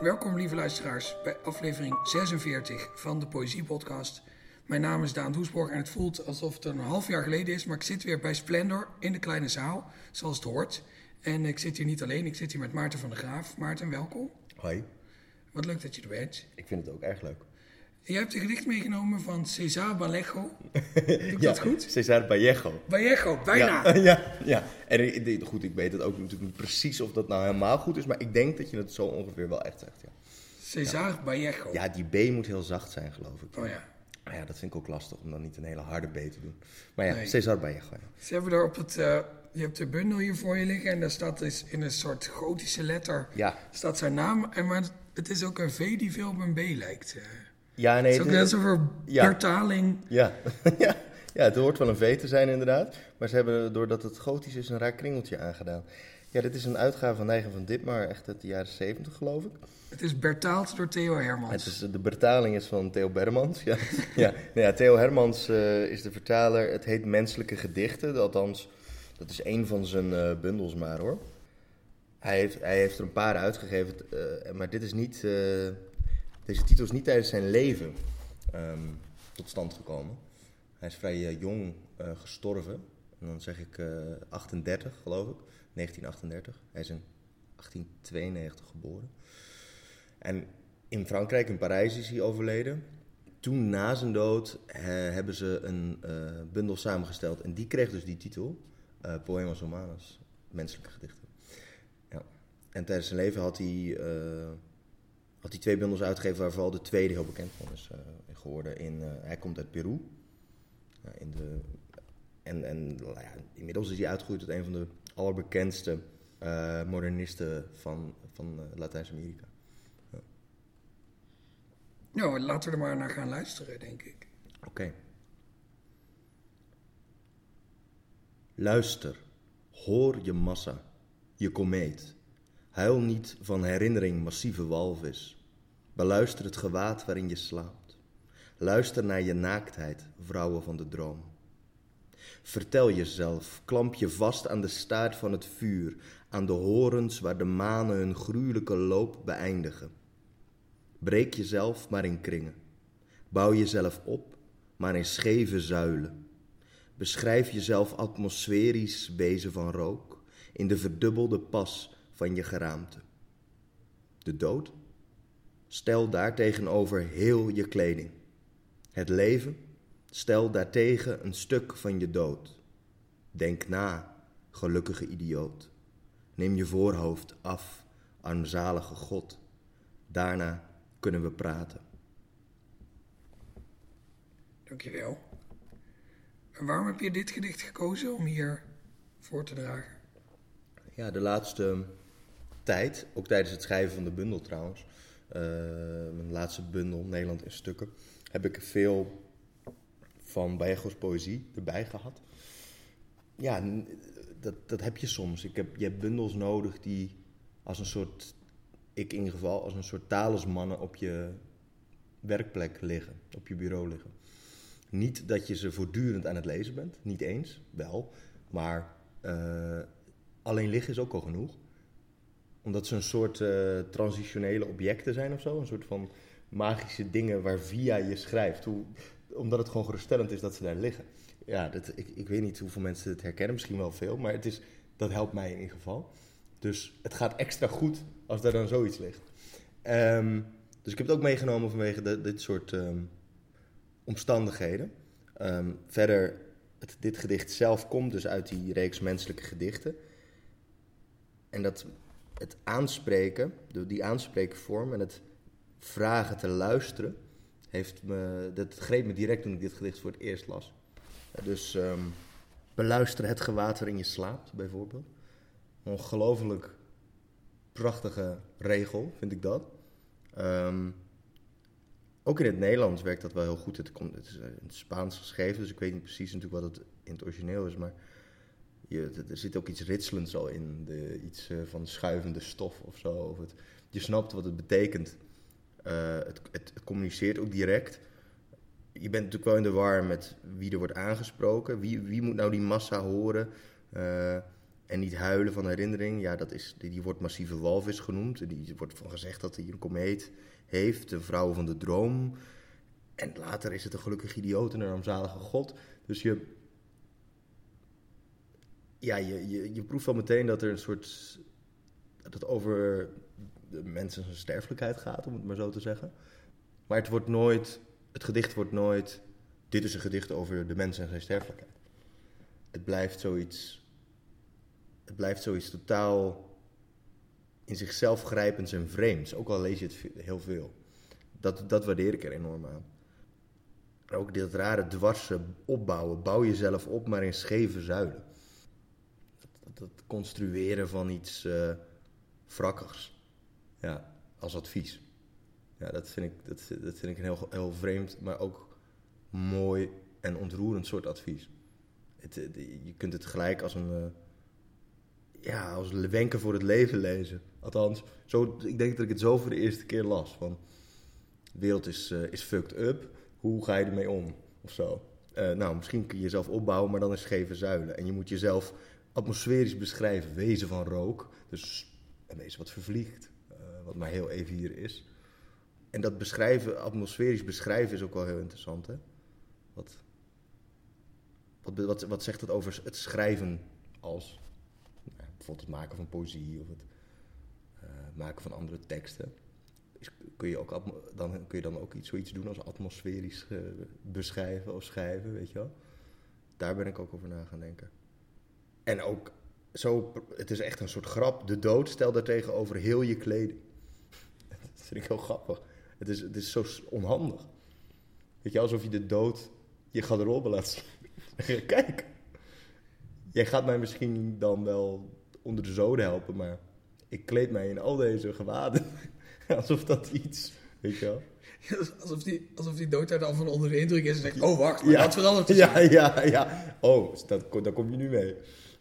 Welkom lieve luisteraars bij aflevering 46 van de Poëziepodcast. Mijn naam is Daan Doesborg en het voelt alsof het een half jaar geleden is, maar ik zit weer bij Splendor in de kleine zaal, zoals het hoort. En ik zit hier niet alleen, ik zit hier met Maarten van der Graaf. Maarten, welkom. Hoi. Wat leuk dat je er bent. Ik vind het ook erg leuk. Je hebt een gedicht meegenomen van César Vallejo. Doe ik dat goed? César Vallejo. Vallejo, bijna. Ja. En goed, ik weet het ook natuurlijk niet precies of dat nou helemaal goed is, maar ik denk dat je het zo ongeveer wel echt zegt, ja. César Vallejo. Ja, die B moet heel zacht zijn, geloof ik. Oh ja. Maar ja, dat vind ik ook lastig om dan niet een hele harde B te doen. Maar ja, Nee. César Vallejo, ja. Ze hebben er op het... je hebt de bundel hier voor je liggen en daar staat dus in een soort gotische letter... Ja. Staat zijn naam, maar het is ook een V die veel op een B lijkt. Ja, nee. Het is ook net alsof er vertaling... Ja. Ja, het hoort wel een V te zijn inderdaad. Maar ze hebben, doordat het gotisch is, een raar kringeltje aangedaan. Ja, dit is een uitgave van Nijgen van Ditmar, echt uit de jaren 70 geloof ik. Het is bertaald door Theo Hermans. De vertaling is van Theo Bermans. Ja. Theo Hermans is de vertaler. Het heet Menselijke Gedichten. Althans, dat is één van zijn bundels maar hoor. Hij heeft er een paar uitgegeven. Maar dit is niet... deze titel is niet tijdens zijn leven tot stand gekomen. Hij is vrij jong gestorven. En dan zeg ik 38 geloof ik. 1938. Hij is in 1892 geboren. En in Frankrijk, in Parijs, is hij overleden. Toen, na zijn dood, hebben ze een bundel samengesteld. En die kreeg dus die titel, Poemas Humanos, Menselijke Gedichten. Ja. En tijdens zijn leven had hij 2 bundels uitgegeven, waar vooral de tweede heel bekend van is geworden. Hij komt uit Peru. Inmiddels is hij uitgegroeid tot een van de allerbekendste modernisten van Latijns-Amerika. Nou, laten we er maar naar gaan luisteren, denk ik. Oké. Luister, hoor je massa, je komeet. Huil niet van herinnering massieve walvis. Beluister het gewaad waarin je slaapt. Luister naar je naaktheid, vrouwen van de droom. Vertel jezelf, klamp je vast aan de staart van het vuur, aan de horens waar de manen hun gruwelijke loop beëindigen. Breek jezelf maar in kringen. Bouw jezelf op, maar in scheve zuilen. Beschrijf jezelf atmosferisch wezen van rook, in de verdubbelde pas van je geraamte. De dood? Stel daartegenover heel je kleding. Het leven? Stel daartegen een stuk van je dood. Denk na, gelukkige idioot. Neem je voorhoofd af, armzalige God. Daarna kunnen we praten. Dankjewel. En waarom heb je dit gedicht gekozen om hier voor te dragen? Ja, de laatste tijd, ook tijdens het schrijven van de bundel trouwens, mijn laatste bundel, Nederland in Stukken, heb ik veel van Vallejo's poëzie erbij gehad. Ja, dat heb je soms. Je hebt bundels nodig die als een soort, ik in ieder geval, als een soort talismannen op je werkplek liggen, op je bureau liggen. Niet dat je ze voortdurend aan het lezen bent, niet eens, wel, maar alleen liggen is ook al genoeg. Omdat ze een soort transitionele objecten zijn of zo, een soort van magische dingen waar via je schrijft. Omdat het gewoon geruststellend is dat ze daar liggen. Ja, ik weet niet hoeveel mensen het herkennen, misschien wel veel, maar dat helpt mij in ieder geval. Dus het gaat extra goed als daar dan zoiets ligt. Dus ik heb het ook meegenomen vanwege dit soort omstandigheden. Verder, dit gedicht zelf komt dus uit die reeks Menselijke Gedichten. En het aanspreken, die aanspreekvorm en het vragen te luisteren, dat greep me direct toen ik dit gedicht voor het eerst las. Dus beluister het gewaad waarin je slaapt, bijvoorbeeld. Ongelooflijk prachtige regel, vind ik dat. Ook in het Nederlands werkt dat wel heel goed. Het is in het Spaans geschreven, dus ik weet niet precies natuurlijk wat het in het origineel is, maar er zit ook iets ritselends al in, iets van schuivende stof of zo. Of je snapt wat het betekent. Het communiceert ook direct. Je bent natuurlijk wel in de war met wie er wordt aangesproken. Wie moet nou die massa horen? En niet huilen van herinnering, ja, die wordt massieve walvis genoemd. En die wordt van gezegd dat hij een komeet heeft, een vrouw van de droom. En later is het een gelukkig idioot en een armzalige god. Dus je proeft wel meteen dat er een soort... dat het over de mensen zijn sterfelijkheid gaat, om het maar zo te zeggen. Maar het gedicht wordt nooit... Dit is een gedicht over de mens en zijn sterfelijkheid. Het blijft zoiets totaal in zichzelf grijpends en vreemds. Ook al lees je het heel veel. Dat waardeer ik er enorm aan. En ook dit rare dwarse opbouwen. Bouw jezelf op, maar in scheve zuilen. Dat construeren van iets wrakkigs. Ja, als advies. Ja, dat vind ik een heel, heel vreemd, maar ook mooi en ontroerend soort advies. Je kunt het gelijk als als wenken voor het leven lezen. Althans, ik denk dat ik het zo voor de eerste keer las. Van, de wereld is fucked up, hoe ga je ermee om? Of zo. Misschien kun je jezelf opbouwen, maar dan in scheve zuilen. En je moet jezelf atmosferisch beschrijven. Wezen van rook, dus een wezen wat vervliegt. Wat maar heel even hier is. En dat atmosferisch beschrijven is ook wel heel interessant, hè? Wat zegt het over het schrijven als... bijvoorbeeld het maken van poëzie of het maken van andere teksten. Kun je dan ook zoiets doen als atmosferisch beschrijven of schrijven, weet je wel? Daar ben ik ook over na gaan denken. En ook het is echt een soort grap. De dood stel daartegenover heel je kleding. Dat vind ik heel grappig. Het is zo onhandig. Weet je, alsof je de dood je garderobe laat zien. Kijk, jij gaat mij misschien dan wel onder de zoden helpen, maar ik kleed mij in al deze gewaden. Alsof dat iets, weet je wel. Ja, alsof die dood daar al van onder de indruk is en zegt, oh wacht, maar dat verandert dus. Ja. Oh, daar kom je nu mee.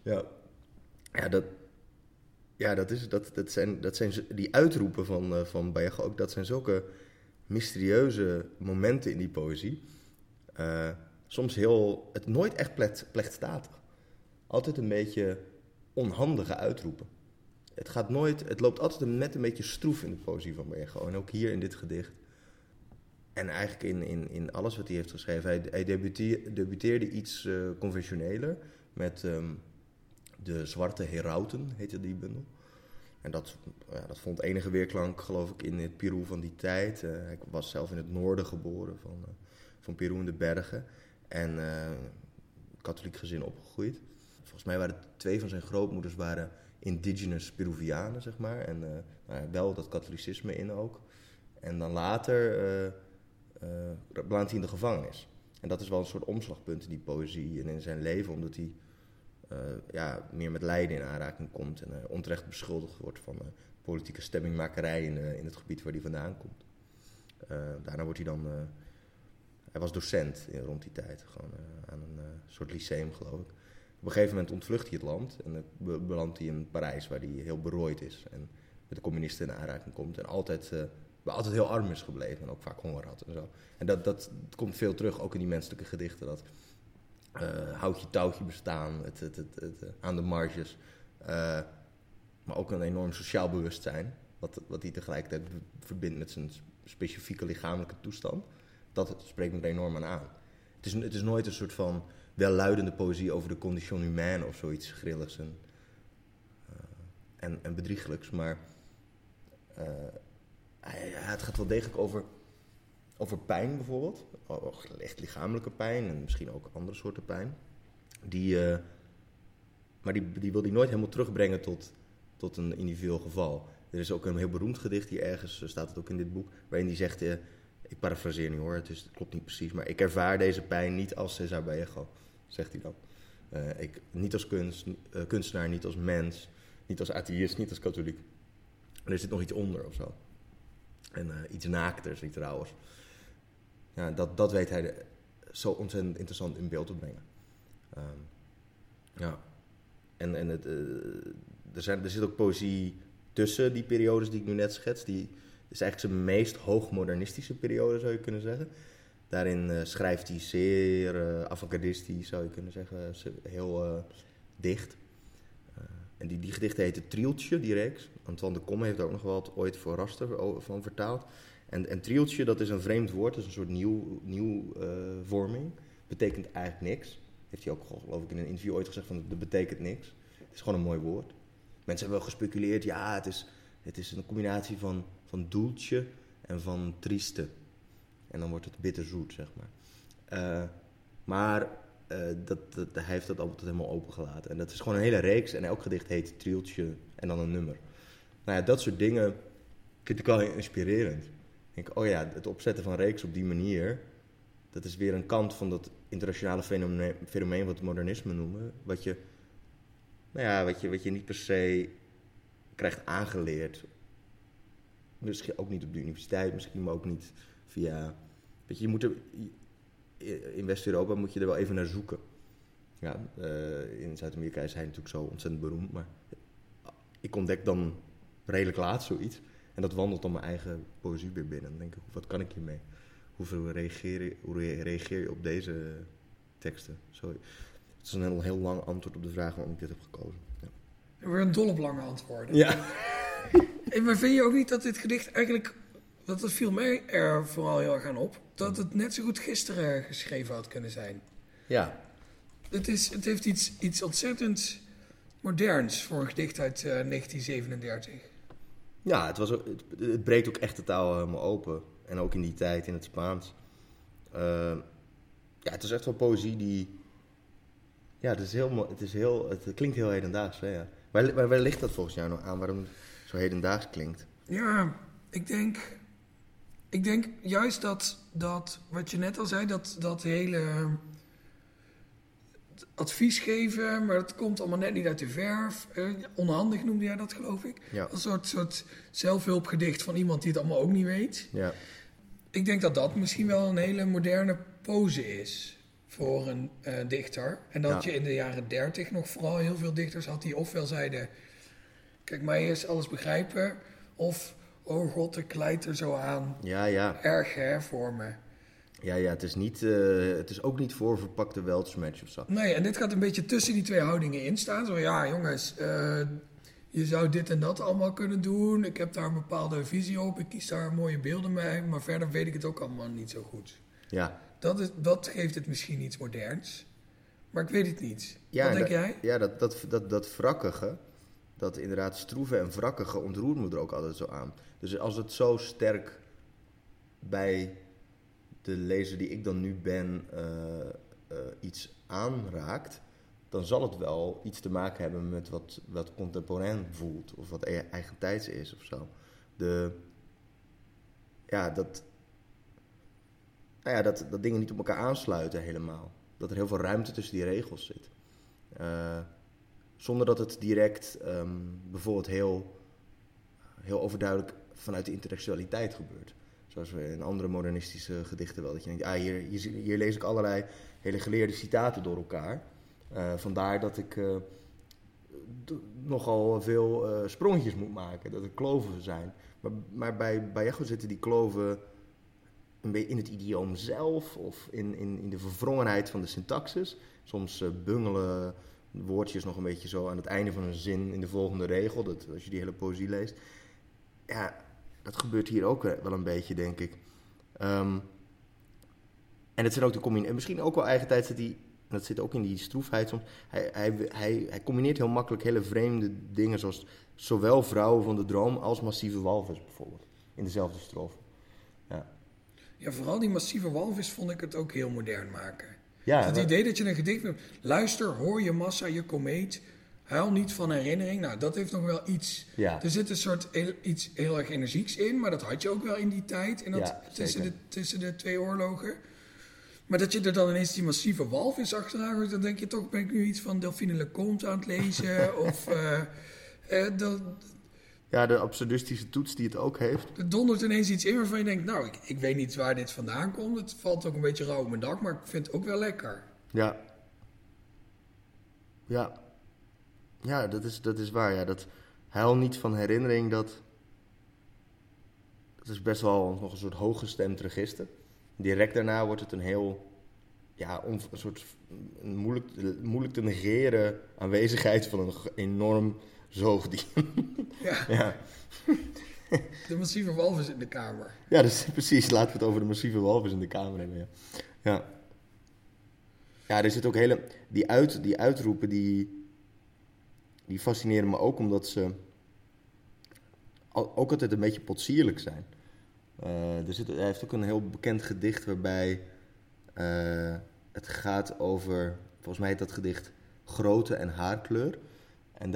Dat zijn die uitroepen van Bayago ook. Dat zijn zulke mysterieuze momenten in die poëzie. Soms het nooit echt plechtstatig. Altijd een beetje onhandige uitroepen. Het loopt altijd net een beetje stroef in de poëzie van Bayago. En ook hier in dit gedicht. En eigenlijk in alles wat hij heeft geschreven. Hij debuteerde iets conventioneler met De Zwarte Herauten, heette die bundel. En dat vond enige weerklank, geloof ik, in het Peru van die tijd. Hij was zelf in het noorden geboren van Peru in de bergen. En katholiek gezin opgegroeid. Volgens mij waren 2 van zijn grootmoeders indigenous Peruvianen, zeg maar. En wel dat katholicisme in ook. En dan later belandt hij in de gevangenis. En dat is wel een soort omslagpunt in die poëzie en in zijn leven, omdat hij meer met lijden in aanraking komt en onterecht beschuldigd wordt van politieke stemmingmakerij in het gebied waar hij vandaan komt. Daarna wordt hij dan... hij was docent rond die tijd, gewoon aan een soort lyceum, geloof ik. Op een gegeven moment ontvlucht hij het land en belandt hij in Parijs, waar hij heel berooid is en met de communisten in aanraking komt en altijd heel arm is gebleven en ook vaak honger had en zo. En dat komt veel terug, ook in die menselijke gedichten, dat houtje touwtje bestaan, het aan de marges, maar ook een enorm sociaal bewustzijn, wat hij tegelijkertijd verbindt met zijn specifieke lichamelijke toestand. Dat spreekt me er enorm aan. Het is nooit een soort van welluidende poëzie over de condition humaine of zoiets grilligs en bedriegelijks, maar het gaat wel degelijk over pijn bijvoorbeeld. Echt lichamelijke pijn en misschien ook andere soorten pijn. Maar die wil hij nooit helemaal terugbrengen tot een individueel geval. Er is ook een heel beroemd gedicht, hier ergens staat het ook in dit boek, waarin hij zegt, ik parafraseer nu hoor, het klopt niet precies, maar ik ervaar deze pijn niet als César Bayago, zegt hij dan. Niet als kunstenaar, niet als mens, niet als atheïst, niet als katholiek. En er zit nog iets onder of zo. En iets naakters, iets rauwers. Ja, dat weet hij zo ontzettend interessant in beeld te brengen. En er zit ook poëzie tussen die periodes die ik nu net schets. Die is eigenlijk zijn meest hoogmodernistische periode, zou je kunnen zeggen. Daarin schrijft hij zeer avant-gardistisch, zou je kunnen zeggen. Heel dicht. En die gedichten heten Trieltje, die reeks. Antoine de Kom heeft er ook nog wat ooit voor Raster van vertaald. En Trieltje, dat is een vreemd woord, dat is een soort nieuw vorming. Betekent eigenlijk niks. Heeft hij ook, geloof ik, in een interview ooit gezegd van, dat betekent niks. Het is gewoon een mooi woord. Mensen hebben wel gespeculeerd, ja, het is een combinatie van doeltje en van trieste. En dan wordt het bitterzoet, zeg maar. Maar hij heeft dat altijd helemaal opengelaten. En dat is gewoon een hele reeks. En elk gedicht heet Trieltje en dan een nummer. Nou ja, dat soort dingen vind ik wel heel inspirerend. Ik denk, oh ja, het opzetten van reeks op die manier, dat is weer een kant van dat internationale fenomeen wat modernisme noemen. Wat je niet per se krijgt aangeleerd. Misschien ook niet op de universiteit, misschien maar ook niet via... Weet je, in West-Europa moet je er wel even naar zoeken. Ja, in Zuid-Amerika is hij natuurlijk zo ontzettend beroemd, maar ik ontdek dan redelijk laat zoiets. En dat wandelt dan mijn eigen poëzie weer binnen. Dan denk ik, wat kan ik hiermee? Hoe reageer je op deze teksten? Sorry. Het is een heel lang antwoord op de vraag waarom ik dit heb gekozen. Ja. Weer een dol op lange antwoorden. Ja. Maar vind je ook niet dat dit gedicht eigenlijk... Dat viel mij er vooral heel erg aan op. Dat het net zo goed gisteren geschreven had kunnen zijn. Ja. Het heeft iets ontzettend moderns voor een gedicht uit 1937. Ja, het breekt ook echt de taal helemaal open. En ook in die tijd, in het Spaans. Het is echt wel poëzie die... Ja, het klinkt heel hedendaags. Hè, ja. Waar ligt dat volgens jou nou aan? Waarom het zo hedendaags klinkt? Ja, ik denk juist dat wat je net al zei, dat hele advies geven, maar dat komt allemaal net niet uit de verf. Onhandig noemde jij dat, geloof ik. Ja. Een soort zelfhulpgedicht van iemand die het allemaal ook niet weet. Ja. Ik denk dat misschien wel een hele moderne pose is voor een dichter. En dat je in de jaren 30 nog vooral heel veel dichters had die ofwel zeiden... Kijk, mij eerst alles begrijpen. Of, oh god, ik leid er zo aan. Ja. Erg, hè, voor me. Ja, het is ook niet voor verpakte weltschmatch of zo. Nee, en dit gaat een beetje tussen die twee houdingen in staan. Zo, ja, jongens, je zou dit en dat allemaal kunnen doen. Ik heb daar een bepaalde visie op. Ik kies daar mooie beelden mee. Maar verder weet ik het ook allemaal niet zo goed. Ja. Dat geeft het misschien iets moderns. Maar ik weet het niet. Ja, wat denk jij? Ja, dat wrakkige, dat inderdaad stroeve en wrakkige ontroert me er ook altijd zo aan. Dus als het zo sterk bij de lezer die ik dan nu ben iets aanraakt, dan zal het wel iets te maken hebben met wat contemporain voelt. Of wat eigentijds is of zo. Dat dingen niet op elkaar aansluiten helemaal. Dat er heel veel ruimte tussen die regels zit. Zonder dat het direct bijvoorbeeld heel overduidelijk vanuit de intellectualiteit gebeurt. Zoals we in andere modernistische gedichten wel. Dat je denkt, hier lees ik allerlei hele geleerde citaten door elkaar. Vandaar dat ik nogal veel sprongetjes moet maken. Dat er kloven zijn. Maar bij Echo zitten die kloven een beetje in het idioom zelf. Of in de verwrongenheid van de syntaxis. Soms bungelen woordjes nog een beetje zo aan het einde van een zin in de volgende regel. Dat, als je die hele poëzie leest. Ja, dat gebeurt hier ook wel een beetje, denk ik. En het zijn ook de combinaties. En misschien ook wel eigentijds dat zit ook in die stroefheid soms. Hij combineert heel makkelijk hele vreemde dingen, zoals zowel Vrouwen van de Droom als Massieve Walvis bijvoorbeeld. In dezelfde strofe. Ja, vooral die Massieve Walvis vond ik het ook heel modern maken. Ja, dus het idee dat je een gedicht hebt, luister, hoor je massa, je komeet, huil niet van herinnering. Nou, dat heeft nog wel iets. Ja. Er zit een soort iets heel erg energieks in, maar dat had je ook wel in die tijd. En dat tussen de twee oorlogen. Maar dat je er dan ineens die Massieve Walvis achteraan hoort, dan denk je toch, ben ik nu iets van Delphine Leconte aan het lezen? Of ja, de absurdistische toets die het ook heeft. Er dondert ineens iets in waarvan je denkt, nou, ik weet niet waar dit vandaan komt. Het valt ook een beetje rauw op mijn dak, maar ik vind het ook wel lekker. Ja. Ja, dat is waar. Ja. Dat huil niet van herinnering, dat is best wel nog een soort hooggestemd register. Direct daarna wordt het een heel een soort moeilijk te negeren aanwezigheid van een enorm zoogdier. Ja. Ja. De massieve walvis in de kamer. Ja, dus precies. Laten we het over de massieve walvis in de kamer hebben. Ja, ja er zit ook die uitroepen die fascineren me ook omdat ze ook altijd een beetje potsierlijk zijn. Hij heeft ook een heel bekend gedicht waarbij het gaat over, volgens mij heet dat gedicht Grootte en Haarkleur. En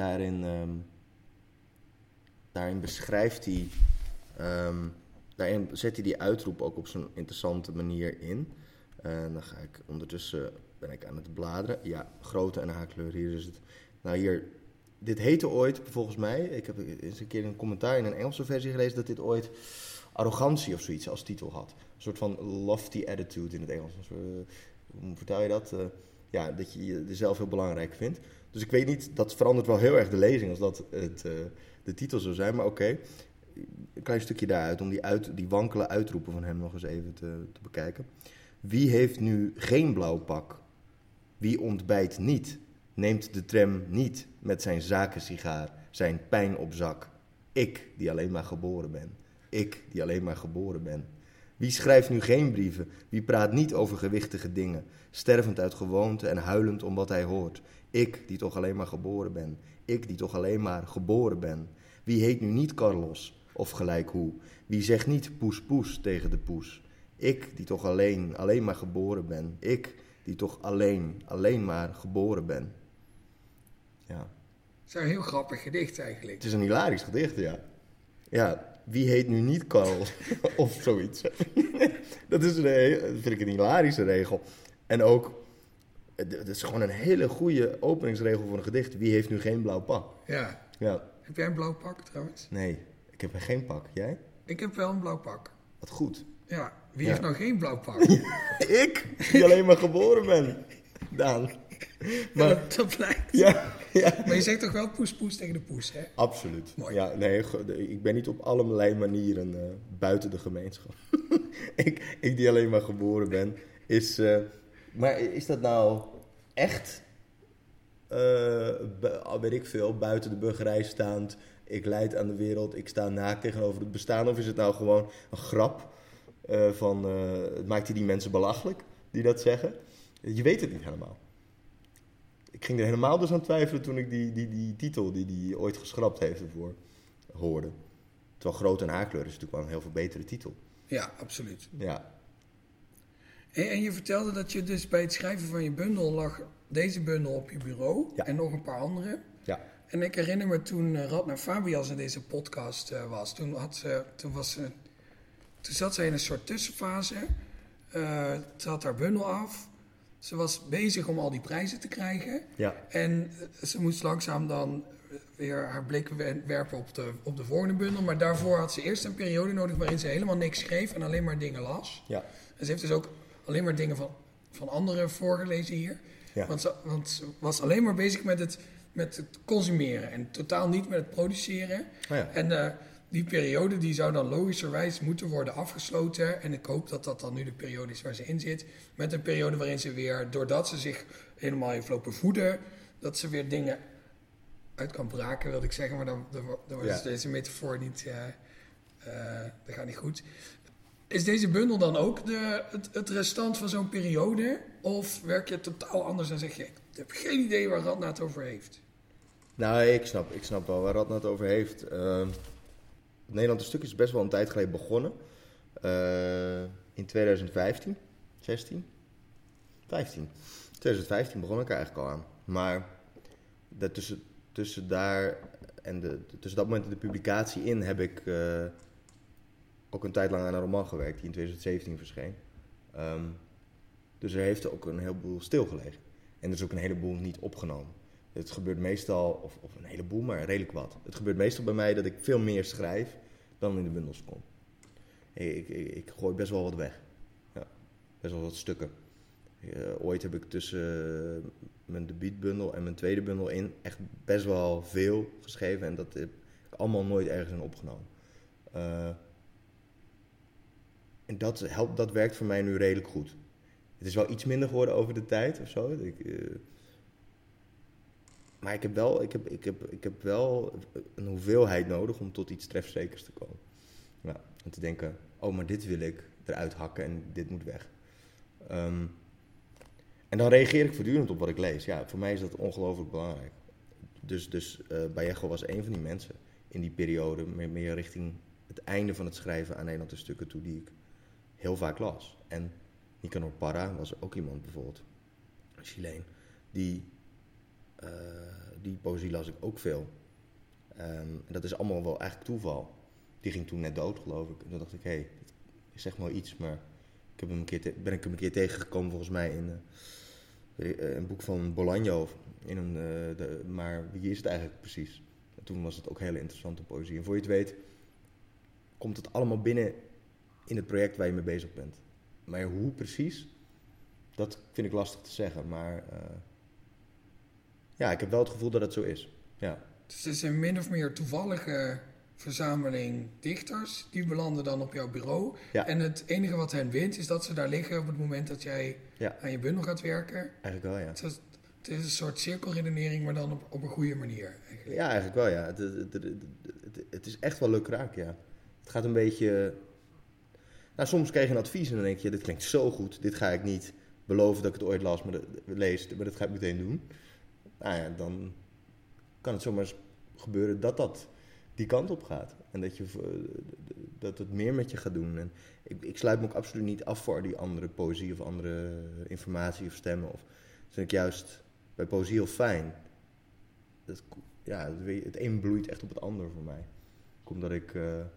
daarin beschrijft hij, daarin zet hij die uitroep ook op zo'n interessante manier in. Dan ben ik aan het bladeren. Ja, grootte en haarkleur, hier is het. Nou hier, dit heette ooit, volgens mij, ik heb eens een keer een commentaar in een Engelse versie gelezen, dat dit ooit arrogantie of zoiets als titel had. Een soort van lofty attitude in het Engels. Hoe vertel je dat? Dat je jezelf heel belangrijk vindt. Dus ik weet niet, dat verandert wel heel erg de lezing als dat de titel zou zijn. Maar oké, een klein stukje daaruit om die wankele uitroepen van hem nog eens even te bekijken. Wie heeft nu geen blauw pak? Wie ontbijt niet? Neemt de tram niet met zijn zakensigaar, zijn pijn op zak? Ik, die alleen maar geboren ben. Ik, die alleen maar geboren ben. Wie schrijft nu geen brieven? Wie praat niet over gewichtige dingen? Stervend uit gewoonte en huilend om wat hij hoort. Ik, die toch alleen maar geboren ben. Ik, die toch alleen maar geboren ben. Wie heet nu niet Carlos, of gelijk hoe? Wie zegt niet poes poes tegen de poes? Ik, die toch alleen maar geboren ben. Ik, die toch alleen maar geboren ben. Ja. Het is een heel grappig gedicht eigenlijk. Het is een hilarisch gedicht, ja. Ja, wie heet nu niet Carl? Of zoiets. Dat vind ik een hilarische regel. En ook, het is gewoon een hele goede openingsregel voor een gedicht. Wie heeft nu geen blauw pak? Ja. Heb jij een blauw pak trouwens? Nee, ik heb geen pak. Jij? Ik heb wel een blauw pak. Wat goed. Ja, wie heeft nou geen blauw pak? Ik, die alleen maar geboren ben. Daan. Maar dat blijkt. Ja. Maar je zegt toch wel poes poes tegen de poes, hè? Absoluut. Mooi. Ja, nee, ik ben niet op allerlei manieren buiten de gemeenschap. ik die alleen maar geboren ben, maar is dat nou echt, weet ik veel, buiten de burgerij staand, ik lijd aan de wereld, ik sta naakt tegenover het bestaan, of is het nou gewoon een grap maakt hij die mensen belachelijk die dat zeggen? Je weet het niet helemaal. Ik ging er helemaal dus aan twijfelen toen ik die titel die hij ooit geschrapt heeft ervoor hoorde. Terwijl Groot en Haarkleur is natuurlijk wel een heel veel betere titel. Ja, absoluut. Ja. En je vertelde dat je dus bij het schrijven van je bundel lag deze bundel op je bureau. Ja. En nog een paar andere. Ja. En ik herinner me toen Radna Fabias in deze podcast was. Toen zat zij in een soort tussenfase. Ze had haar bundel af. Ze was bezig om al die prijzen te krijgen. Ja. En ze moest langzaam dan weer haar blik werpen op de volgende bundel. Maar daarvoor had ze eerst een periode nodig waarin ze helemaal niks schreef en alleen maar dingen las. Ja. En ze heeft dus ook alleen maar dingen van anderen voorgelezen hier. Ja. Want ze was alleen maar bezig met het consumeren en totaal niet met het produceren. Oh ja. En die periode die zou dan logischerwijs moeten worden afgesloten. En ik hoop dat dat dan nu de periode is waar ze in zit. Met een periode waarin ze weer, doordat ze zich helemaal heeft lopen voeden, dat ze weer dingen uit kan braken, wilde ik zeggen. Maar dan was deze metafoor niet, dat gaat niet goed. Is deze bundel dan ook het restant van zo'n periode? Of werk je totaal anders en zeg je, ik heb geen idee waar Radna het over heeft? Nou, ik snap wel waar Radna het over heeft. Het Nederlandse stuk is best wel een tijd geleden begonnen. In 2015, 16? 15. 2015 begon ik er eigenlijk al aan. Maar tussen dat moment en de publicatie in heb ik ook een tijd lang aan een roman gewerkt die in 2017 verscheen. Dus er heeft ook een heleboel stilgelegen. En er is ook een heleboel niet opgenomen. Het gebeurt meestal, of een heleboel, maar redelijk wat. Het gebeurt meestal bij mij dat ik veel meer schrijf dan in de bundels kom. Ik gooi best wel wat weg. Ja, best wel wat stukken. Ooit heb ik tussen mijn debuutbundel en mijn tweede bundel in echt best wel veel geschreven. En dat heb ik allemaal nooit ergens in opgenomen. En dat werkt voor mij nu redelijk goed. Het is wel iets minder geworden over de tijd of zo. Maar ik heb wel een hoeveelheid nodig om tot iets trefzekers te komen. Ja, en te denken, oh, maar dit wil ik eruit hakken en dit moet weg. En dan reageer ik voortdurend op wat ik lees. Ja, voor mij is dat ongelooflijk belangrijk. Dus Vallejo was een van die mensen in die periode, meer richting het einde van het schrijven aan Nederlandse stukken toe, die ik heel vaak las. En Nicanor Parra was ook iemand bijvoorbeeld, een Chileen, die poëzie las ik ook veel. En dat is allemaal wel eigenlijk toeval. Die ging toen net dood, geloof ik. En toen dacht ik, hé, zeg maar iets, maar ben ik hem een keer tegengekomen volgens mij in een boek van Bolaño. Maar wie is het eigenlijk precies? En toen was het ook hele interessante poëzie. En voor je het weet, komt het allemaal binnen in het project waar je mee bezig bent. Maar hoe precies, dat vind ik lastig te zeggen. Maar ik heb wel het gevoel dat het zo is. Ja. Dus het is een min of meer toevallige verzameling dichters. Die belanden dan op jouw bureau. Ja. En het enige wat hen wint is dat ze daar liggen op het moment dat jij aan je bundel gaat werken. Eigenlijk wel, ja. Het is een soort cirkelredenering, maar dan op een goede manier. Eigenlijk. Ja, eigenlijk wel, ja. Het is echt wel leuk raak, ja. Het gaat een beetje... Nou, soms krijg je een advies en dan denk je, dit klinkt zo goed. Dit ga ik niet beloven dat ik het ooit lees, maar dat ga ik meteen doen. Nou ja, dan kan het zomaar gebeuren dat die kant op gaat. En dat het meer met je gaat doen. En ik sluit me ook absoluut niet af voor die andere poëzie of andere informatie of stemmen. Dat vind ik juist bij poëzie heel fijn. Het een bloeit echt op het ander voor mij. Omdat ik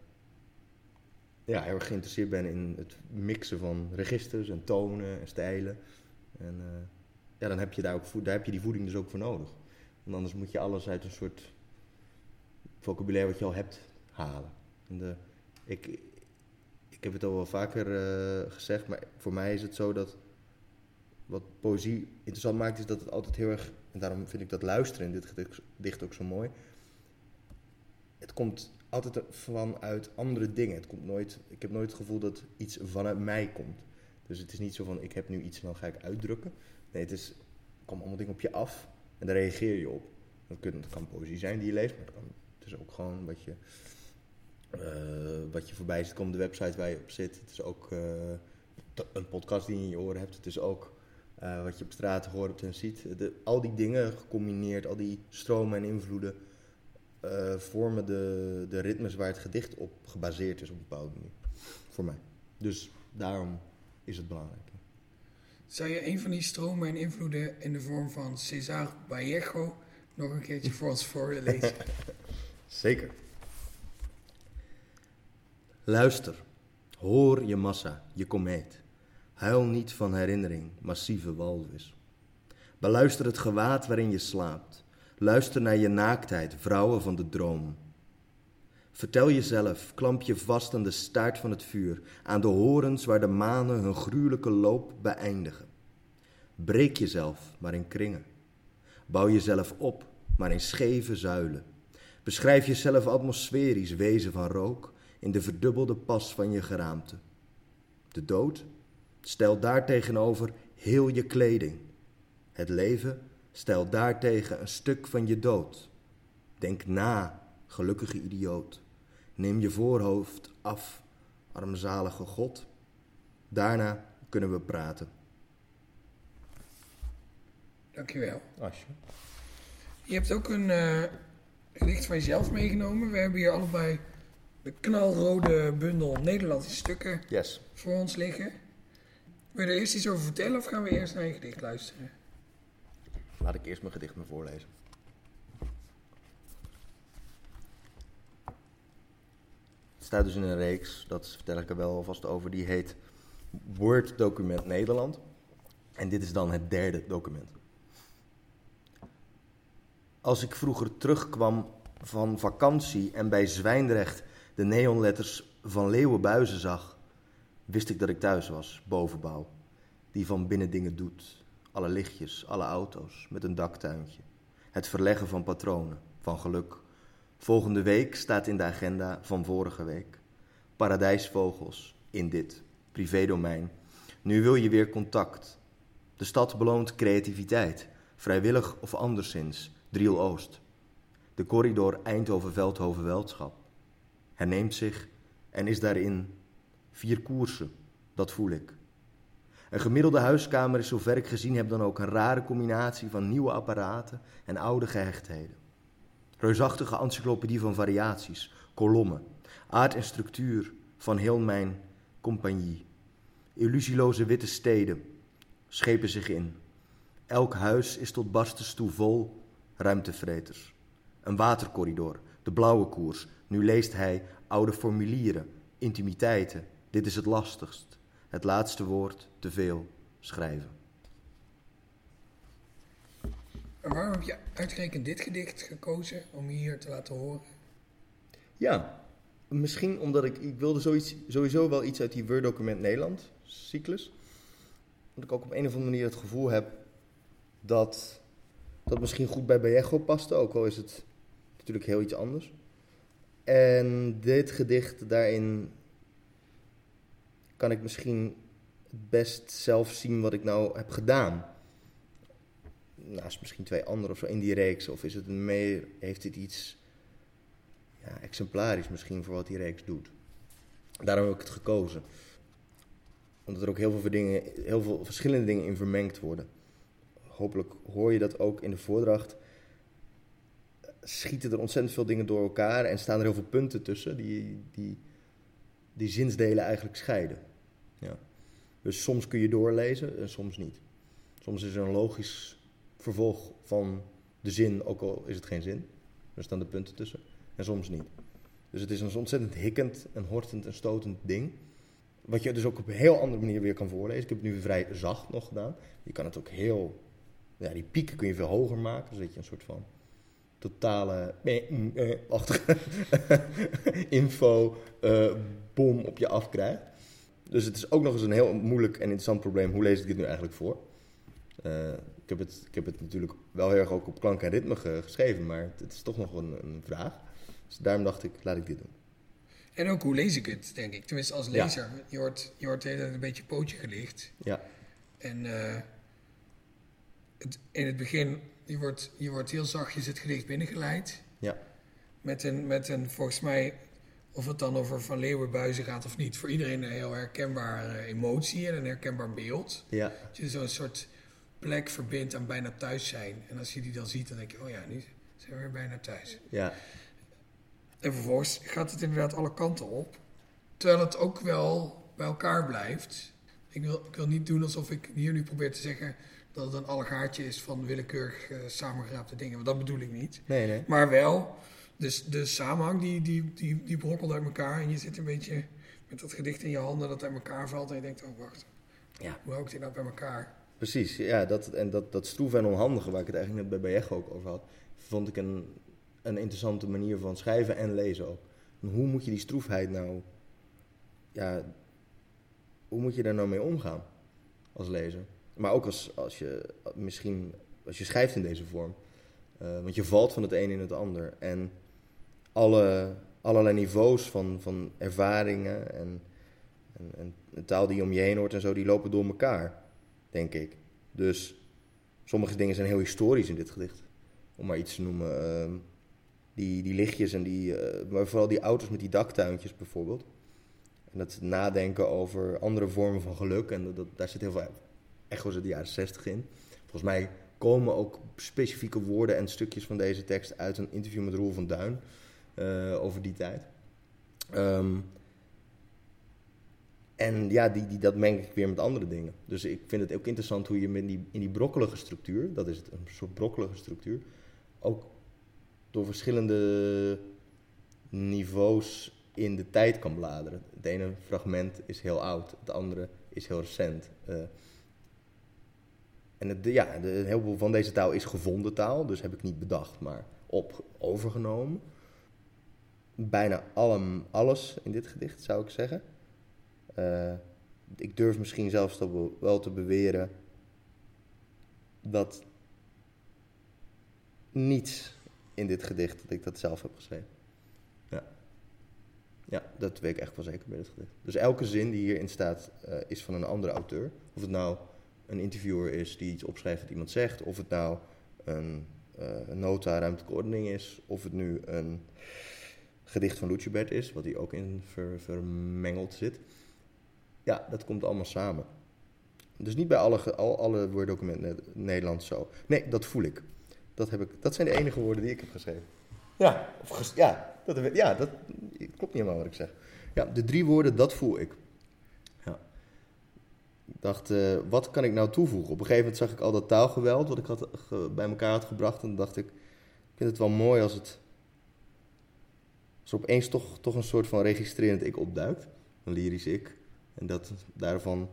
heel erg geïnteresseerd ben in het mixen van registers en tonen en stijlen. En dan heb je daar heb je die voeding dus ook voor nodig. Want anders moet je alles uit een soort vocabulaire wat je al hebt halen. En ik heb het al wel vaker gezegd, maar voor mij is het zo dat wat poëzie interessant maakt, is dat het altijd heel erg, en daarom vind ik dat luisteren in dit gedicht ook zo mooi. Het komt altijd vanuit andere dingen. Ik heb nooit het gevoel dat iets vanuit mij komt. Dus het is niet zo van, ik heb nu iets en dan ga ik uitdrukken. Nee, er komen allemaal dingen op je af en daar reageer je op. Dat kan poëzie zijn die je leest, maar het is ook gewoon wat je voorbij ziet komen op de website waar je op zit. Het is ook een podcast die je in je oren hebt. Het is ook wat je op straat hoort en ziet. Al die dingen gecombineerd, al die stromen en invloeden vormen de ritmes waar het gedicht op gebaseerd is op een bepaalde manier. Voor mij. Dus daarom is het belangrijk. Zou je een van die stromen en invloeden in de vorm van César Vallejo nog een keertje voor ons voor willen lezen? Zeker. Luister, hoor je massa, je komeet. Huil niet van herinnering, massieve walvis. Beluister het gewaad waarin je slaapt. Luister naar je naaktheid, vrouwen van de droom. Vertel jezelf, klamp je vast aan de staart van het vuur, aan de horens waar de manen hun gruwelijke loop beëindigen. Breek jezelf, maar in kringen. Bouw jezelf op, maar in scheve zuilen. Beschrijf jezelf atmosferisch, wezen van rook, in de verdubbelde pas van je geraamte. De dood? Stel daartegenover heel je kleding. Het leven? Stel daartegen een stuk van je dood. Denk na, gelukkige idioot. Neem je voorhoofd af, armzalige God. Daarna kunnen we praten. Dankjewel. Asje. Je hebt ook een gedicht van jezelf meegenomen. We hebben hier allebei de knalrode bundel Nederlandse stukken voor ons liggen. Wil je er eerst iets over vertellen of gaan we eerst naar je gedicht luisteren? Laat ik eerst mijn gedicht maar voorlezen. Het staat dus in een reeks, dat vertel ik er wel alvast over, die heet Word Document Nederland. En dit is dan het derde document. Als ik vroeger terugkwam van vakantie en bij Zwijndrecht de neonletters van Leeuwenbuizen zag, wist ik dat ik thuis was, bovenbouw, die van binnen dingen doet. Alle lichtjes, alle auto's, met een daktuintje. Het verleggen van patronen, van geluk. Volgende week staat in de agenda van vorige week. Paradijsvogels in dit privédomein. Nu wil je weer contact. De stad beloont creativiteit, vrijwillig of anderszins, Driel Oost. De corridor Eindhoven-Veldhoven-Weldschap herneemt zich en is daarin 4 koersen, dat voel ik. Een gemiddelde huiskamer is zover ik gezien heb dan ook een rare combinatie van nieuwe apparaten en oude gehechtheden. Reusachtige encyclopedie van variaties, kolommen, aard en structuur van heel mijn compagnie. Illusieloze witte steden schepen zich in. Elk huis is tot barstens toe vol ruimtevreters. Een watercorridor, de blauwe koers. Nu leest hij oude formulieren, intimiteiten. Dit is het lastigst. Het laatste woord, te veel, schrijven. En waarom heb je uitgerekend dit gedicht gekozen om hier te laten horen? Ja, misschien omdat ik wilde sowieso wel iets uit die Word-document Nederland cyclus. Dat ik ook op een of andere manier het gevoel heb dat misschien goed bij Vallejo paste, ook al is het natuurlijk heel iets anders. En dit gedicht, daarin kan ik misschien het best zelf zien wat ik nou heb gedaan. Naast misschien 2 anderen of zo in die reeks. Of is het heeft het iets exemplarisch misschien voor wat die reeks doet. Daarom heb ik het gekozen. Omdat er ook heel veel verschillende dingen in vermengd worden. Hopelijk hoor je dat ook in de voordracht. Schieten er ontzettend veel dingen door elkaar en staan er heel veel punten tussen die zinsdelen eigenlijk scheiden. Ja. Dus soms kun je doorlezen en soms niet. Soms is er een logisch vervolg van de zin, ook al is het geen zin. Er staan de punten tussen. En soms niet. Dus het is een ontzettend hikkend en hortend en stotend ding. Wat je dus ook op een heel andere manier weer kan voorlezen. Ik heb het nu vrij zacht nog gedaan. Je kan het ook heel... Ja, die pieken kun je veel hoger maken. Zodat je een soort van totale achtige info bom op je afkrijgt. Dus het is ook nog eens een heel moeilijk en interessant probleem. Hoe lees ik dit nu eigenlijk voor? Ik heb het natuurlijk wel heel erg ook op klank en ritme geschreven. Maar het is toch nog een vraag. Dus daarom dacht ik, laat ik dit doen. En ook hoe lees ik het, denk ik. Tenminste, als lezer. Ja. Je hoort de hele tijd een beetje pootje gelicht. Ja. En in het begin, je wordt heel zachtjes het gedicht binnengeleid. Ja. Met een, volgens mij, of het dan over Van Leeuwenbuizen gaat of niet, voor iedereen een heel herkenbare emotie en een herkenbaar beeld. Ja. Dat je zo'n soort plek verbindt aan bijna thuis zijn. En als je die dan ziet, dan denk je, oh ja, nu zijn we weer bijna thuis. Ja. En vervolgens gaat het inderdaad alle kanten op. Terwijl het ook wel bij elkaar blijft. Ik wil niet doen alsof ik hier nu probeer te zeggen dat het een allegaartje is van willekeurig samengeraapte dingen. Want dat bedoel ik niet. Nee. Maar wel, dus de samenhang die brokkelt uit elkaar. En je zit een beetje met dat gedicht in je handen dat uit elkaar valt. En je denkt, oh wacht, hoe hou ik dit nou bij elkaar? Precies, ja. Dat stroeve en onhandige waar ik het eigenlijk net bij Vallejo ook over had, vond ik een interessante manier van schrijven en lezen ook. En hoe moet je die stroefheid nou... Ja, hoe moet je daar nou mee omgaan als lezer? Maar ook als je schrijft in deze vorm. Want je valt van het een in het ander. En allerlei niveaus van ervaringen en de taal die je om je heen hoort en zo, die lopen door elkaar, denk ik. Dus sommige dingen zijn heel historisch in dit gedicht. Om maar iets te noemen... Die lichtjes en maar vooral die auto's met die daktuintjes bijvoorbeeld. En dat nadenken over andere vormen van geluk. En daar zit heel veel echo's uit de jaren 60 in. Volgens mij komen ook specifieke woorden en stukjes van deze tekst uit een interview met Roel van Duin over die tijd. En ja, dat meng ik weer met andere dingen. Dus ik vind het ook interessant hoe je in die brokkelige structuur, dat is het, een soort brokkelige structuur, ook door verschillende niveaus in de tijd kan bladeren. Het ene fragment is heel oud, het andere is heel recent. En een heleboel van deze taal is gevonden taal, dus heb ik niet bedacht, maar overgenomen. Bijna alles in dit gedicht, zou ik zeggen. Ik durf misschien zelfs wel te beweren dat niets in dit gedicht, dat ik dat zelf heb geschreven. Ja. Ja, dat weet ik echt wel zeker bij dit gedicht. Dus elke zin die hierin staat is van een andere auteur. Of het nou een interviewer is die iets opschrijft wat iemand zegt, of het nou een nota ruimtelijke ordening is, of het nu een gedicht van Lucebert is, wat hier ook in vermengeld zit. Ja, dat komt allemaal samen. Dus niet bij alle Word-documenten Nederlands zo. Nee, dat voel ik. Dat zijn de enige woorden die ik heb geschreven. Ja, dat klopt niet helemaal wat ik zeg. Ja, de 3 woorden, dat voel ik. Ja. Ik dacht, wat kan ik nou toevoegen? Op een gegeven moment zag ik al dat taalgeweld wat ik bij elkaar had gebracht. En dacht ik vind het wel mooi als er opeens toch een soort van registrerend ik opduikt. Een lyrisch ik. En dat daarvan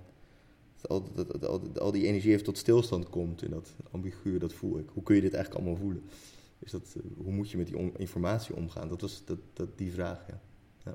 al die energie even tot stilstand komt. En dat ambigu, dat voel ik. Hoe kun je dit eigenlijk allemaal voelen? Hoe moet je met die informatie omgaan? Dat was die vraag, ja.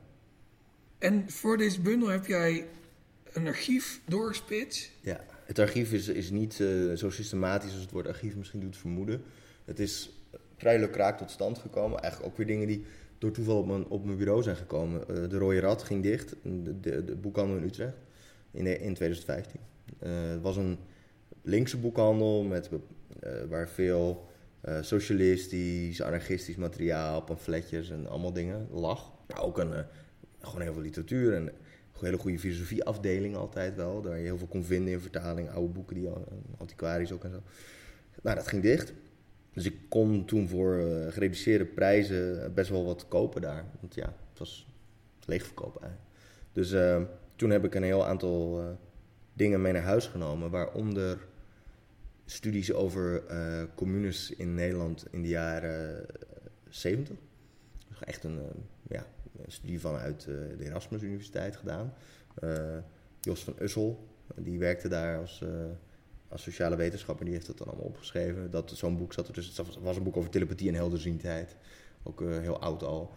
En voor deze bundel heb jij een archief doorgespitst? Ja, het archief is niet zo systematisch als het woord archief misschien doet vermoeden. Het is vrij lukraak tot stand gekomen. Eigenlijk ook weer dingen die door toeval op mijn bureau zijn gekomen. De Rode Rat ging dicht, de boekhandel in Utrecht, in 2015. Het was een linkse boekhandel waar veel socialistisch, anarchistisch materiaal, pamfletjes en allemaal dingen lag. Maar ook gewoon heel veel literatuur en een hele goede filosofieafdeling altijd wel. Waar je heel veel kon vinden in vertaling, oude boeken, antiquarisch ook en zo. Nou, dat ging dicht. Dus ik kon toen voor gereduceerde prijzen best wel wat kopen daar. Want ja, het was leegverkoop eigenlijk. Dus toen heb ik een heel aantal dingen mee naar huis genomen. Waaronder studies over communes in Nederland in de jaren 70. Dus echt een studie vanuit de Erasmus Universiteit gedaan. Jos van Ussel, die werkte daar als sociale wetenschapper, die heeft dat dan allemaal opgeschreven. Zo'n boek zat er dus. Het was een boek over telepathie en helderziendheid. Ook heel oud al.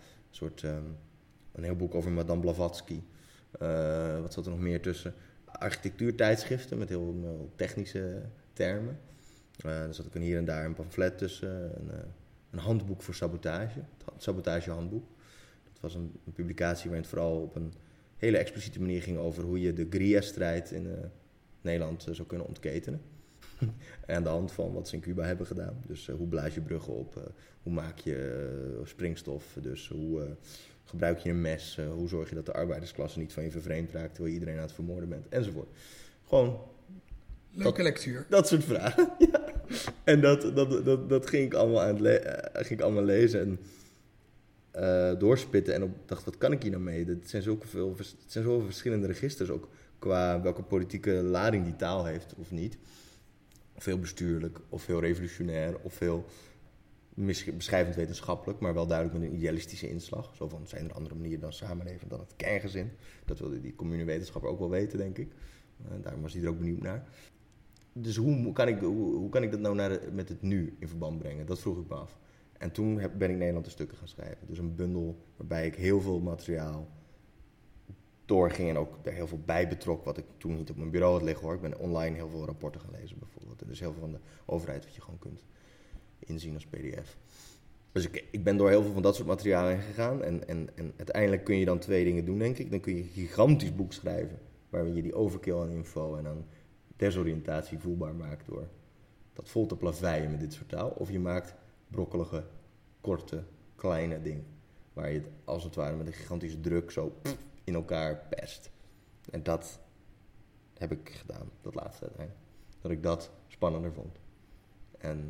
Een heel boek over Madame Blavatsky. Wat zat er nog meer tussen? Architectuurtijdschriften met heel technische termen. Er zat ook hier en daar een pamflet tussen. Een handboek voor sabotage. Het sabotagehandboek. Dat was een publicatie waarin het vooral op een hele expliciete manier ging over hoe je de guerrilla-strijd in Nederland zou kunnen ontketenen. En aan de hand van wat ze in Cuba hebben gedaan. Dus hoe blaas je bruggen op? Hoe maak je springstof? Dus hoe gebruik je een mes? Hoe zorg je dat de arbeidersklasse niet van je vervreemd raakt terwijl je iedereen aan het vermoorden bent? Enzovoort. Gewoon leuke lectuur. Dat soort vragen. Ja. En dat ging ik allemaal lezen en doorspitten. En dacht, wat kan ik hier nou mee? Het zijn zoveel verschillende registers ook qua welke politieke lading die taal heeft of niet. Of heel bestuurlijk, of heel revolutionair, of heel beschrijvend wetenschappelijk, maar wel duidelijk met een idealistische inslag. Zo van, zijn er andere manieren dan samenleven dan het kerngezin? Dat wilde die commune wetenschapper ook wel weten, denk ik. Daarom was hij er ook benieuwd naar. Dus hoe kan ik dat nou met het nu in verband brengen? Dat vroeg ik me af. En toen ben ik Nederland in stukken gaan schrijven. Dus een bundel waarbij ik heel veel materiaal doorging en ook er heel veel bij betrok wat ik toen niet op mijn bureau had liggen hoor. Ik ben online heel veel rapporten gaan lezen bijvoorbeeld. En dus heel veel van de overheid wat je gewoon kunt inzien als pdf. Dus ik ben door heel veel van dat soort materiaal heen gegaan. En uiteindelijk kun je dan 2 dingen doen, denk ik. Dan kun je een gigantisch boek schrijven waar je die overkill aan info en aan desoriëntatie voelbaar maakt door dat vol te plaveien met dit soort taal. Of je maakt brokkelige, korte, kleine dingen. Waar je het als het ware met een gigantische druk zo in elkaar perst. En dat heb ik gedaan, dat laatste uiteindelijk. Dat ik dat spannender vond. En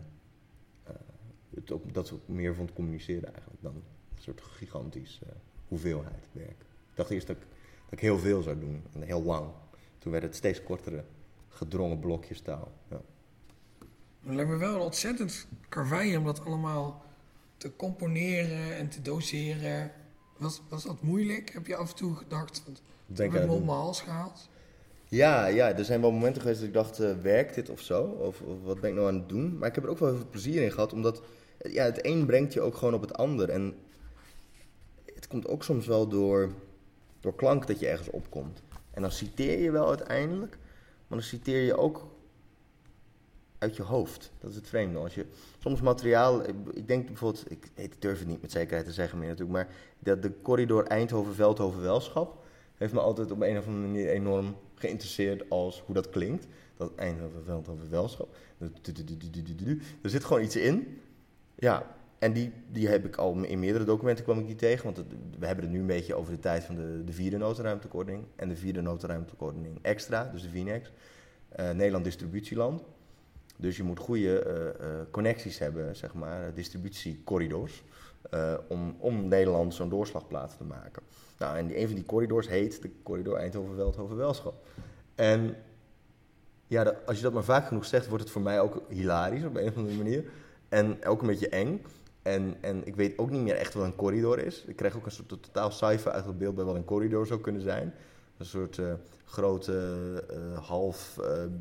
dat ik meer vond communiceren eigenlijk dan een soort gigantische hoeveelheid werk. Ik dacht eerst dat ik heel veel zou doen en heel lang. Toen werd het steeds kortere, gedrongen blokjes taal. Ja. Het lijkt me wel een ontzettend karwei om dat allemaal te componeren en te doseren. Was dat moeilijk? Heb je af en toe gedacht, ik heb ik me op mijn hals gehaald? Ja, er zijn wel momenten geweest dat ik dacht, werkt dit of zo? Of wat ben ik nou aan het doen? Maar ik heb er ook wel heel veel plezier in gehad, omdat het een brengt je ook gewoon op het ander. En het komt ook soms wel door klank dat je ergens opkomt. En dan citeer je wel uiteindelijk, maar dan citeer je ook uit je hoofd. Dat is het vreemde. Als je soms materiaal, ik denk bijvoorbeeld, ik durf het niet met zekerheid te zeggen meer natuurlijk, maar dat de corridor Eindhoven-Veldhoven-Welschap heeft me altijd op een of andere manier enorm geïnteresseerd als hoe dat klinkt. Dat Eindhoven-Veldhoven-Welschap. Er zit gewoon iets in. Ja, en die heb ik al in meerdere documenten kwam ik die tegen. Want we hebben het nu een beetje over de tijd van de vierde noodruimteverordening. En de vierde noodruimteverordening extra, dus de VNEX. Nederland distributieland. Dus je moet goede connecties hebben, zeg maar, distributiecorridors. Om Nederland zo'n doorslagplaats te maken. Nou, en een van die corridors heet de corridor Eindhoven-Veldhoven-Welschap. En ja, als je dat maar vaak genoeg zegt, wordt het voor mij ook hilarisch op een of andere manier. En ook een beetje eng. En ik weet ook niet meer echt wat een corridor is. Ik krijg ook een soort totaal cijfer beeld bij wat een corridor zou kunnen zijn. Een soort grote, half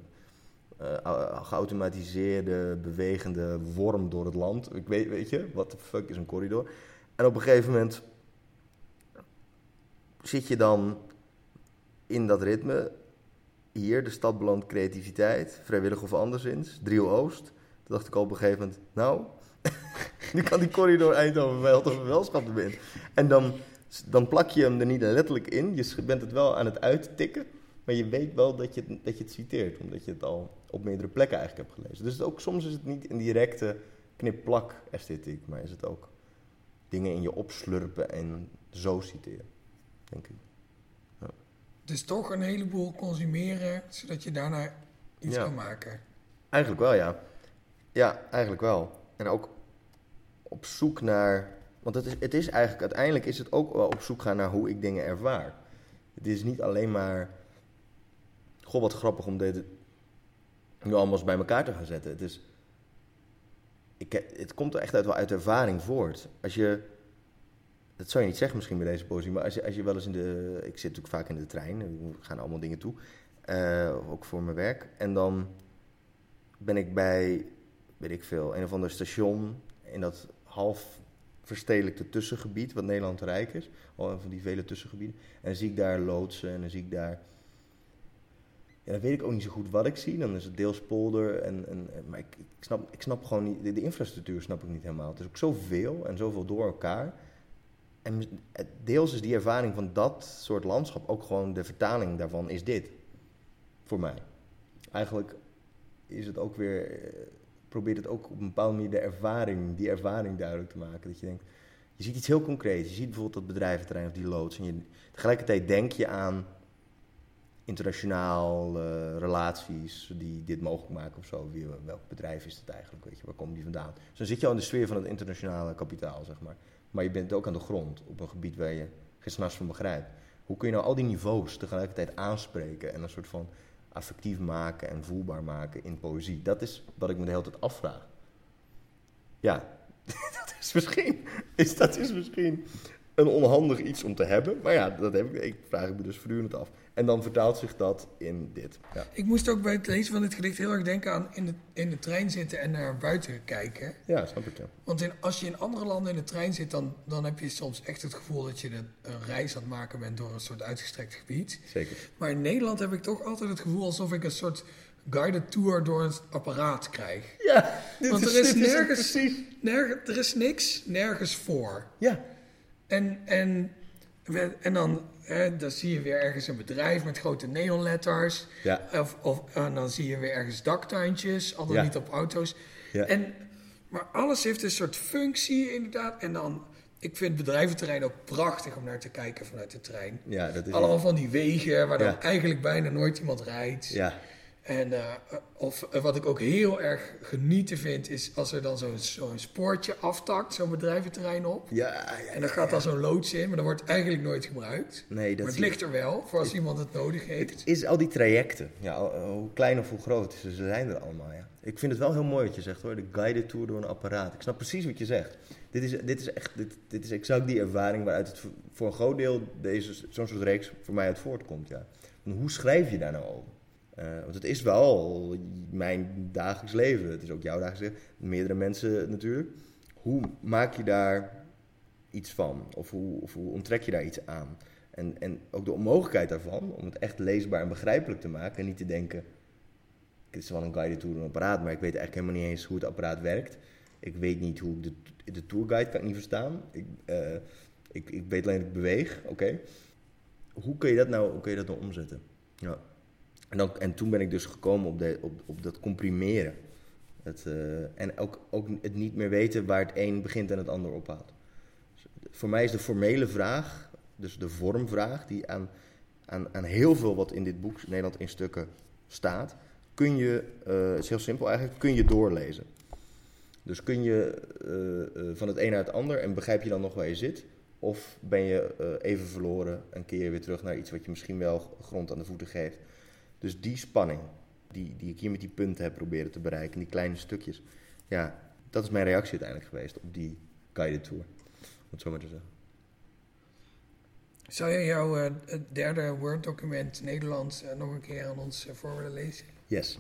geautomatiseerde, bewegende worm door het land. Weet je, wat de fuck is een corridor? En op een gegeven moment zit je dan in dat ritme. Hier, de stad beloont creativiteit, vrijwillig of anderszins, Driel Oost. Toen dacht ik al op een gegeven moment, nou, nu kan die corridor Eindhoven-Veldhoven-Welschap erin. En dan plak je hem er niet letterlijk in. Je bent het wel aan het uittikken, maar je weet wel dat je het citeert, omdat je het al op meerdere plekken eigenlijk hebt gelezen. Dus soms is het niet een directe knip-plak-esthetiek, maar is het ook dingen in je opslurpen en zo citeren, denk ik. Ja. Dus toch een heleboel consumeren, zodat je daarna iets kan maken. Eigenlijk wel, ja. Ja, eigenlijk wel. En ook op zoek naar... Want het is eigenlijk... Uiteindelijk is het ook wel op zoek gaan naar hoe ik dingen ervaar. Het is niet alleen maar... Goh, wat grappig om dit nu allemaal eens bij elkaar te gaan zetten. Het komt er echt wel uit ervaring voort. Als je... Dat zou je niet zeggen misschien bij deze poëzie, maar als je wel eens ik zit natuurlijk vaak in de trein, we gaan allemaal dingen toe, ook voor mijn werk. En dan ben ik bij, weet ik veel, een of ander station in dat half verstedelijkte tussengebied, wat Nederland rijk is, al van die vele tussengebieden. En dan zie ik daar loodsen en dan zie ik daar... Ja, dan weet ik ook niet zo goed wat ik zie. Dan is het deels polder. Maar ik snap gewoon niet... De infrastructuur snap ik niet helemaal. Het is ook zoveel en zoveel door elkaar. En deels is die ervaring van dat soort landschap ook gewoon de vertaling daarvan is dit. Voor mij. Eigenlijk is het ook weer... Probeert het ook op een bepaalde manier die ervaring duidelijk te maken. Dat je denkt... Je ziet iets heel concreets. Je ziet bijvoorbeeld dat bedrijventerrein of die loods. En tegelijkertijd denk je aan... internationaal relaties die dit mogelijk maken of zo. Welk bedrijf is het eigenlijk? Weet je, waar komen die vandaan? Dus dan zit je al in de sfeer van het internationale kapitaal, zeg maar. Maar je bent ook aan de grond, op een gebied waar je geen snars van begrijpt. Hoe kun je nou al die niveaus tegelijkertijd aanspreken en een soort van affectief maken en voelbaar maken in poëzie? Dat is wat ik me de hele tijd afvraag. Ja, dat is misschien een onhandig iets om te hebben. Maar ja, dat heb ik vraag me dus voortdurend af. En dan vertaalt zich dat in dit. Ja. Ik moest ook bij het lezen van dit gedicht heel erg denken aan in de trein zitten en naar buiten kijken. Ja, snap ik. Ja. Want als je in andere landen in de trein zit, dan heb je soms echt het gevoel dat je een reis aan het maken bent door een soort uitgestrekt gebied. Zeker. Maar in Nederland heb ik toch altijd het gevoel alsof ik een soort guided tour door het apparaat krijg. Ja, want er is er is niks nergens voor. Ja. En dan zie je weer ergens een bedrijf met grote neonletters. Ja. En dan zie je weer ergens daktuintjes, al dan niet op auto's. Ja. Maar alles heeft een soort functie inderdaad. En dan, ik vind bedrijventerrein ook prachtig om naar te kijken vanuit de trein. Ja, dat is allemaal van die wegen waar dan eigenlijk bijna nooit iemand rijdt. Ja. En wat ik ook heel erg genieten vind, is als er dan zo'n spoortje aftakt, zo'n bedrijventerrein op. Ja, en dan gaat daar zo'n loods in, maar dat wordt eigenlijk nooit gebruikt. Nee, maar het ligt er wel, voor als iemand het nodig heeft. Het is al die trajecten, ja, hoe klein of hoe groot, ze zijn er allemaal. Ja. Ik vind het wel heel mooi wat je zegt hoor, de guided tour door een apparaat. Ik snap precies wat je zegt. Dit is exact die ervaring waaruit het voor een groot deel zo'n soort reeks voor mij uit voortkomt. Ja. En hoe schrijf je daar nou over? Want het is wel mijn dagelijks leven. Het is ook jouw dagelijks leven. Meerdere mensen natuurlijk. Hoe maak je daar iets van? Of hoe onttrek je daar iets aan? En ook de onmogelijkheid daarvan, om het echt leesbaar en begrijpelijk te maken. En niet te denken, het is wel een guided tour, een apparaat, maar ik weet eigenlijk helemaal niet eens hoe het apparaat werkt. Ik weet niet hoe de tourguide kan ik niet verstaan. Ik weet alleen dat ik beweeg, oké. Hoe kun je dat nou omzetten? Ja. En toen ben ik dus gekomen op dat comprimeren. En ook het niet meer weten waar het een begint en het ander ophoudt. Dus voor mij is de formele vraag, dus de vormvraag, die aan heel veel wat in dit boek Nederland in stukken staat, het is heel simpel eigenlijk, kun je doorlezen. Dus kun je van het een naar het ander en begrijp je dan nog waar je zit? Of ben je even verloren en keer je weer terug naar iets wat je misschien wel grond aan de voeten geeft? Dus die spanning, die ik hier met die punten heb proberen te bereiken, die kleine stukjes. Ja, dat is mijn reactie uiteindelijk geweest op die guided tour, om het zo maar te zeggen. Zou je jouw derde Word-document Nederlands nog een keer aan ons voor willen lezen? Yes.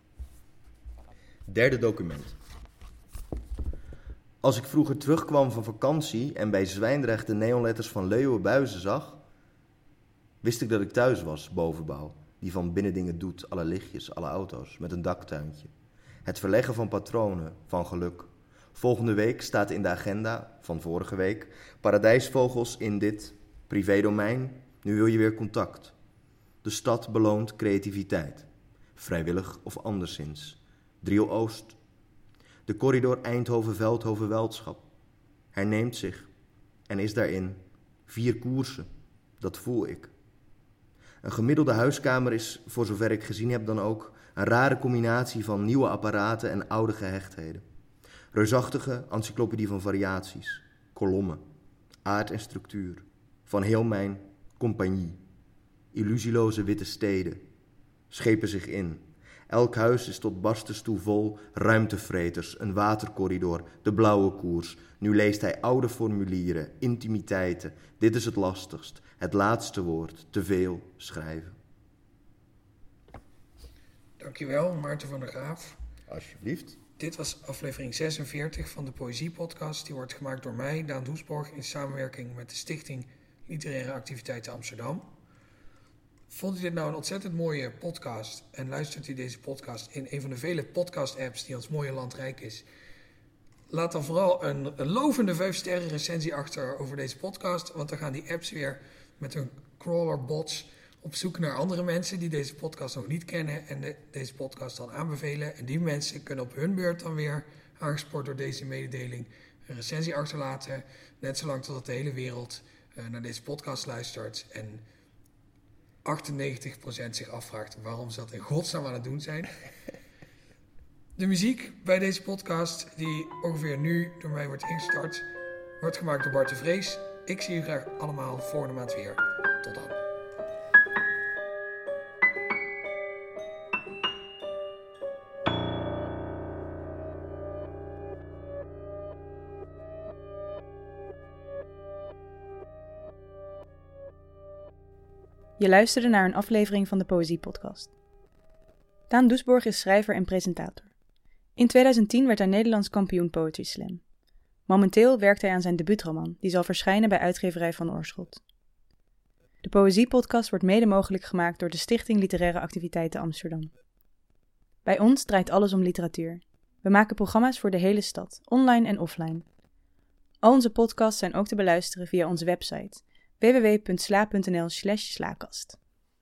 Derde document. Als ik vroeger terugkwam van vakantie en bij Zwijndrecht de neonletters van Leeuwenbuizen zag, wist ik dat ik thuis was, bovenbouw, die van binnendingen doet, alle lichtjes, alle auto's, met een daktuintje. Het verleggen van patronen, van geluk. Volgende week staat in de agenda, van vorige week, paradijsvogels in dit privédomein, nu wil je weer contact. De stad beloont creativiteit, vrijwillig of anderszins. Driel Oost. De corridor Eindhoven-Veldhoven-Weldschap herneemt zich en is daarin 4 koersen, dat voel ik. Een gemiddelde huiskamer is, voor zover ik gezien heb dan ook, een rare combinatie van nieuwe apparaten en oude gehechtheden. Reusachtige encyclopedie van variaties, kolommen, aard en structuur, van heel mijn compagnie. Illusieloze witte steden schepen zich in. Elk huis is tot barstens toe vol ruimtevreters, een watercorridor, de blauwe koers. Nu leest hij oude formulieren, intimiteiten. Dit is het lastigst, het laatste woord, te veel schrijven. Dankjewel, Maarten van der Graaf. Alsjeblieft. Dit was aflevering 46 van de Poëziepodcast. Die wordt gemaakt door mij, Daan Doesborg, in samenwerking met de Stichting Literaire Activiteiten Amsterdam. Vond u dit nou een ontzettend mooie podcast en luistert u deze podcast in een van de vele podcast-apps die ons mooie land rijk is? Laat dan vooral een lovende 5-sterren recensie achter over deze podcast, want dan gaan die apps weer met hun crawlerbots op zoek naar andere mensen die deze podcast nog niet kennen en deze podcast dan aanbevelen. En die mensen kunnen op hun beurt dan weer, aangespoord door deze mededeling, een recensie achterlaten, net zolang totdat de hele wereld naar deze podcast luistert en 98% zich afvraagt waarom ze dat in godsnaam aan het doen zijn. De muziek bij deze podcast, die ongeveer nu door mij wordt ingestart, wordt gemaakt door Bart de Vrees. Ik zie u graag allemaal volgende maand weer. Tot dan. Je luisterde naar een aflevering van de Poëziepodcast. Daan Doesborg is schrijver en presentator. In 2010 werd hij Nederlands kampioen Poetry Slam. Momenteel werkt hij aan zijn debuutroman, die zal verschijnen bij uitgeverij Van Oorschot. De Poëziepodcast wordt mede mogelijk gemaakt door de Stichting Literaire Activiteiten Amsterdam. Bij ons draait alles om literatuur. We maken programma's voor de hele stad, online en offline. Al onze podcasts zijn ook te beluisteren via onze website www.sla.nl/slaakast.